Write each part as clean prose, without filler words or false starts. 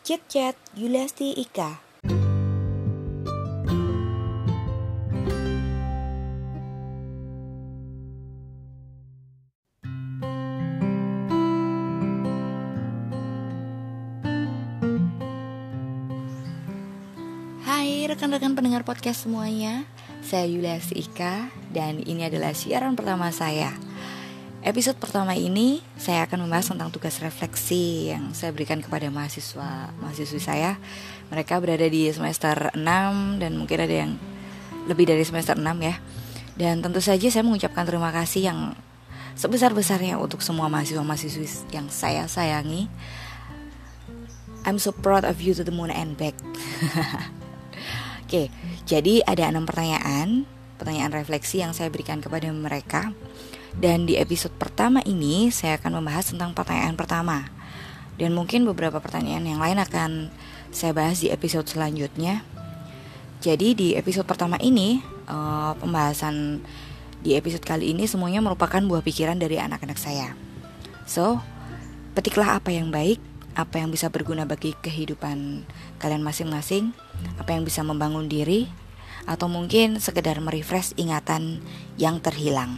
Chat Chat Yuliasti Ika. Hai rekan-rekan pendengar podcast semuanya, saya Yuliasti Ika dan ini adalah siaran pertama saya. Episode pertama ini saya akan membahas tentang tugas refleksi yang saya berikan kepada mahasiswi saya. Mereka berada di semester 6 dan mungkin ada yang lebih dari semester 6 ya. Dan tentu saja saya mengucapkan terima kasih yang sebesar-besarnya untuk semua mahasiswa-mahasiswi yang saya sayangi. I'm so proud of you to the moon and back. Oke, jadi ada 6 pertanyaan refleksi yang saya berikan kepada mereka. Dan di episode pertama ini saya akan membahas tentang pertanyaan pertama. Dan mungkin beberapa pertanyaan yang lain akan saya bahas di episode selanjutnya. Jadi di episode pertama ini, pembahasan di episode kali ini semuanya merupakan buah pikiran dari anak-anak saya. So, petiklah apa yang baik, apa yang bisa berguna bagi kehidupan kalian masing-masing, apa yang bisa membangun diri, atau mungkin sekedar merefresh ingatan yang terhilang.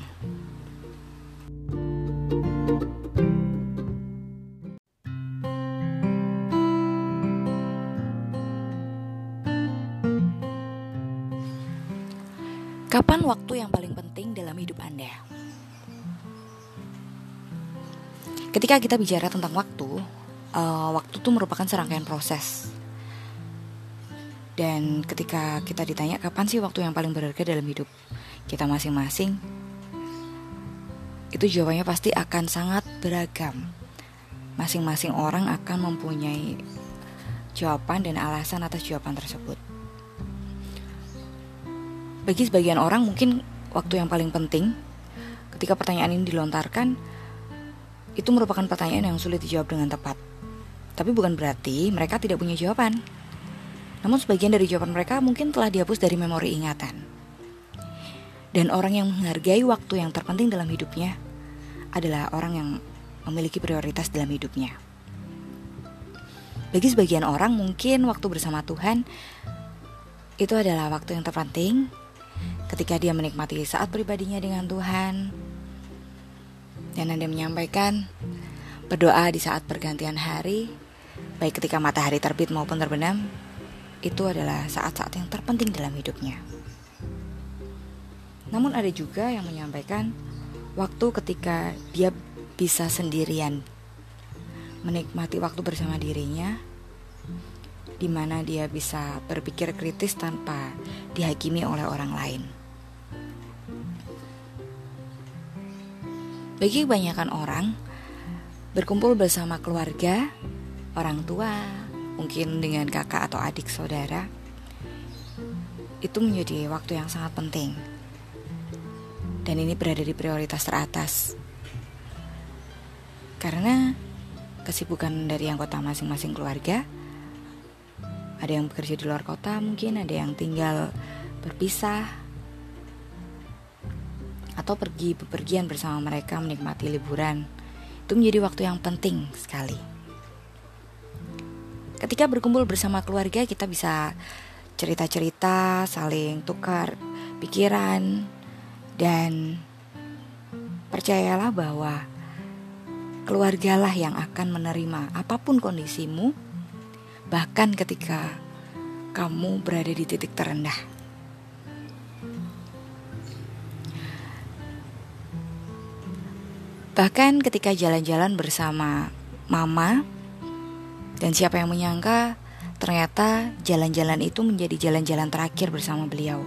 Kapan waktu yang paling penting dalam hidup Anda? Ketika kita bicara tentang waktu itu merupakan serangkaian proses. Dan ketika kita ditanya kapan sih waktu yang paling berharga dalam hidup kita masing-masing, itu jawabannya pasti akan sangat beragam. Masing-masing orang akan mempunyai jawaban dan alasan atas jawaban tersebut. Bagi sebagian orang mungkin waktu yang paling penting ketika pertanyaan ini dilontarkan itu merupakan pertanyaan yang sulit dijawab dengan tepat. Tapi bukan berarti mereka tidak punya jawaban. Namun sebagian dari jawaban mereka mungkin telah dihapus dari memori ingatan. Dan orang yang menghargai waktu yang terpenting dalam hidupnya adalah orang yang memiliki prioritas dalam hidupnya. Bagi sebagian orang mungkin waktu bersama Tuhan itu adalah waktu yang terpenting, ketika dia menikmati saat pribadinya dengan Tuhan. Dan Anda menyampaikan berdoa di saat pergantian hari, baik ketika matahari terbit maupun terbenam, itu adalah saat-saat yang terpenting dalam hidupnya. Namun ada juga yang menyampaikan waktu ketika dia bisa sendirian menikmati waktu bersama dirinya, di mana dia bisa berpikir kritis tanpa dihakimi oleh orang lain. Bagi kebanyakan orang, berkumpul bersama keluarga, orang tua, mungkin dengan kakak atau adik saudara, itu menjadi waktu yang sangat penting. Dan ini berada di prioritas teratas. Karena kesibukan dari anggota masing-masing keluarga, ada yang bekerja di luar kota, mungkin ada yang tinggal berpisah atau pergi bepergian bersama mereka menikmati liburan. Itu menjadi waktu yang penting sekali. Ketika berkumpul bersama keluarga, kita bisa cerita-cerita, saling tukar pikiran, dan percayalah bahwa keluargalah yang akan menerima apapun kondisimu, bahkan ketika kamu berada di titik terendah. Bahkan ketika jalan-jalan bersama mama, dan siapa yang menyangka ternyata jalan-jalan itu menjadi jalan-jalan terakhir bersama beliau.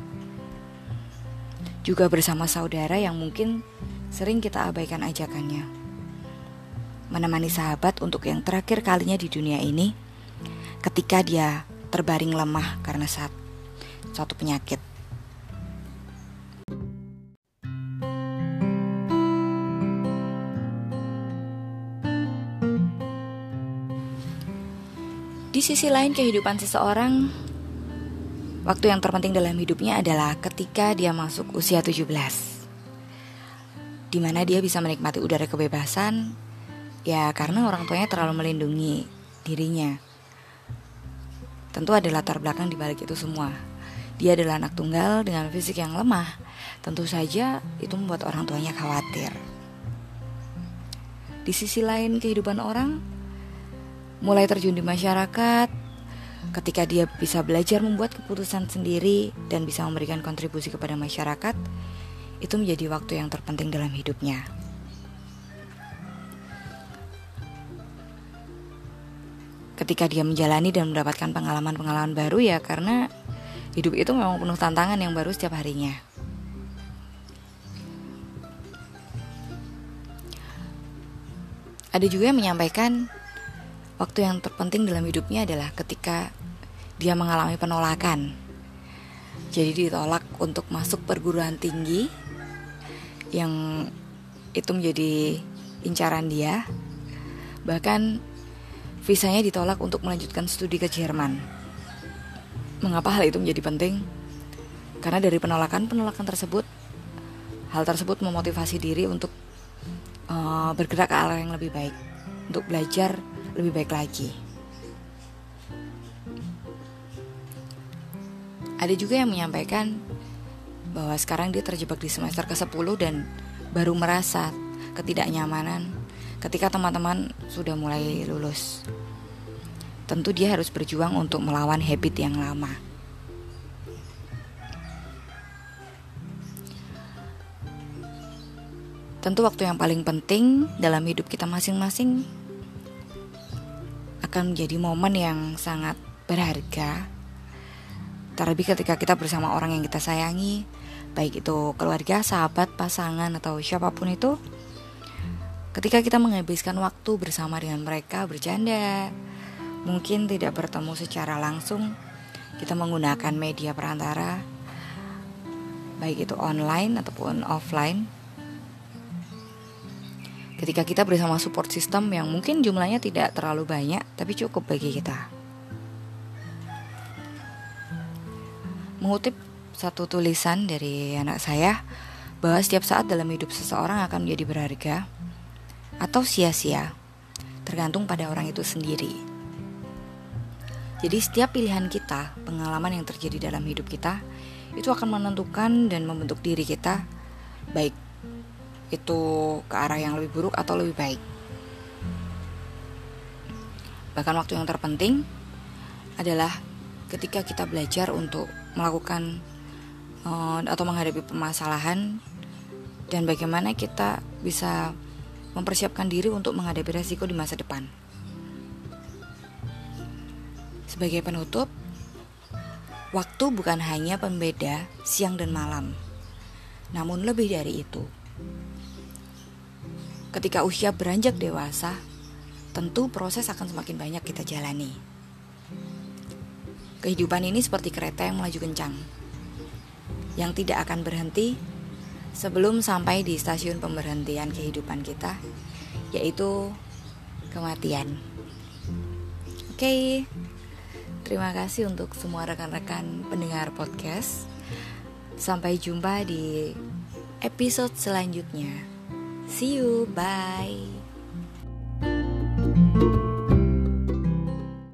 Juga bersama saudara yang mungkin sering kita abaikan ajakannya. Menemani sahabat untuk yang terakhir kalinya di dunia ini, ketika dia terbaring lemah karena suatu penyakit. Di sisi lain kehidupan seseorang, waktu yang terpenting dalam hidupnya adalah ketika dia masuk usia 17, di mana dia bisa menikmati udara kebebasan, ya karena orang tuanya terlalu melindungi dirinya. Tentu ada latar belakang di balik itu semua. Dia adalah anak tunggal dengan fisik yang lemah. Tentu saja itu membuat orang tuanya khawatir. Di sisi lain kehidupan orang mulai terjun di masyarakat. Ketika dia bisa belajar membuat keputusan sendiri dan bisa memberikan kontribusi kepada masyarakat, itu menjadi waktu yang terpenting dalam hidupnya. Ketika dia menjalani dan mendapatkan pengalaman-pengalaman baru, ya karena hidup itu memang penuh tantangan yang baru setiap harinya. Ada juga yang menyampaikan waktu yang terpenting dalam hidupnya adalah ketika dia mengalami penolakan. Jadi ditolak untuk masuk perguruan tinggi yang itu menjadi incaran dia. Bahkan visanya ditolak untuk melanjutkan studi ke Jerman. Mengapa hal itu menjadi penting? Karena dari penolakan tersebut, hal tersebut memotivasi diri untuk bergerak ke arah yang lebih baik, untuk belajar lebih baik lagi. Ada juga yang menyampaikan bahwa sekarang dia terjebak di semester ke-10 dan baru merasa ketidaknyamanan ketika teman-teman sudah mulai lulus. Tentu dia harus berjuang untuk melawan habit yang lama. Tentu waktu yang paling penting dalam hidup kita masing-masing akan menjadi momen yang sangat berharga. Terlebih ketika kita bersama orang yang kita sayangi, baik itu keluarga, sahabat, pasangan, atau siapapun itu. Ketika kita menghabiskan waktu bersama dengan mereka, bercanda, mungkin tidak bertemu secara langsung, kita menggunakan media perantara, baik itu online ataupun offline. Ketika kita bersama support system yang mungkin jumlahnya tidak terlalu banyak, tapi cukup bagi kita. Mengutip satu tulisan dari anak saya, bahwa setiap saat dalam hidup seseorang akan menjadi berharga atau sia-sia, tergantung pada orang itu sendiri. Jadi setiap pilihan kita, pengalaman yang terjadi dalam hidup kita, itu akan menentukan dan membentuk diri kita, baik itu ke arah yang lebih buruk atau lebih baik. Bahkan waktu yang terpenting adalah ketika kita belajar untuk melakukan atau menghadapi permasalahan, dan bagaimana kita bisa mempersiapkan diri untuk menghadapi resiko di masa depan. Sebagai penutup, waktu bukan hanya pembeda siang dan malam, namun lebih dari itu. Ketika usia beranjak dewasa, tentu proses akan semakin banyak kita jalani. Kehidupan ini seperti kereta yang melaju kencang, yang tidak akan berhenti sebelum sampai di stasiun pemberhentian kehidupan kita, yaitu kematian. Oke, terima kasih untuk semua rekan-rekan pendengar podcast. Sampai jumpa di episode selanjutnya. See you, bye.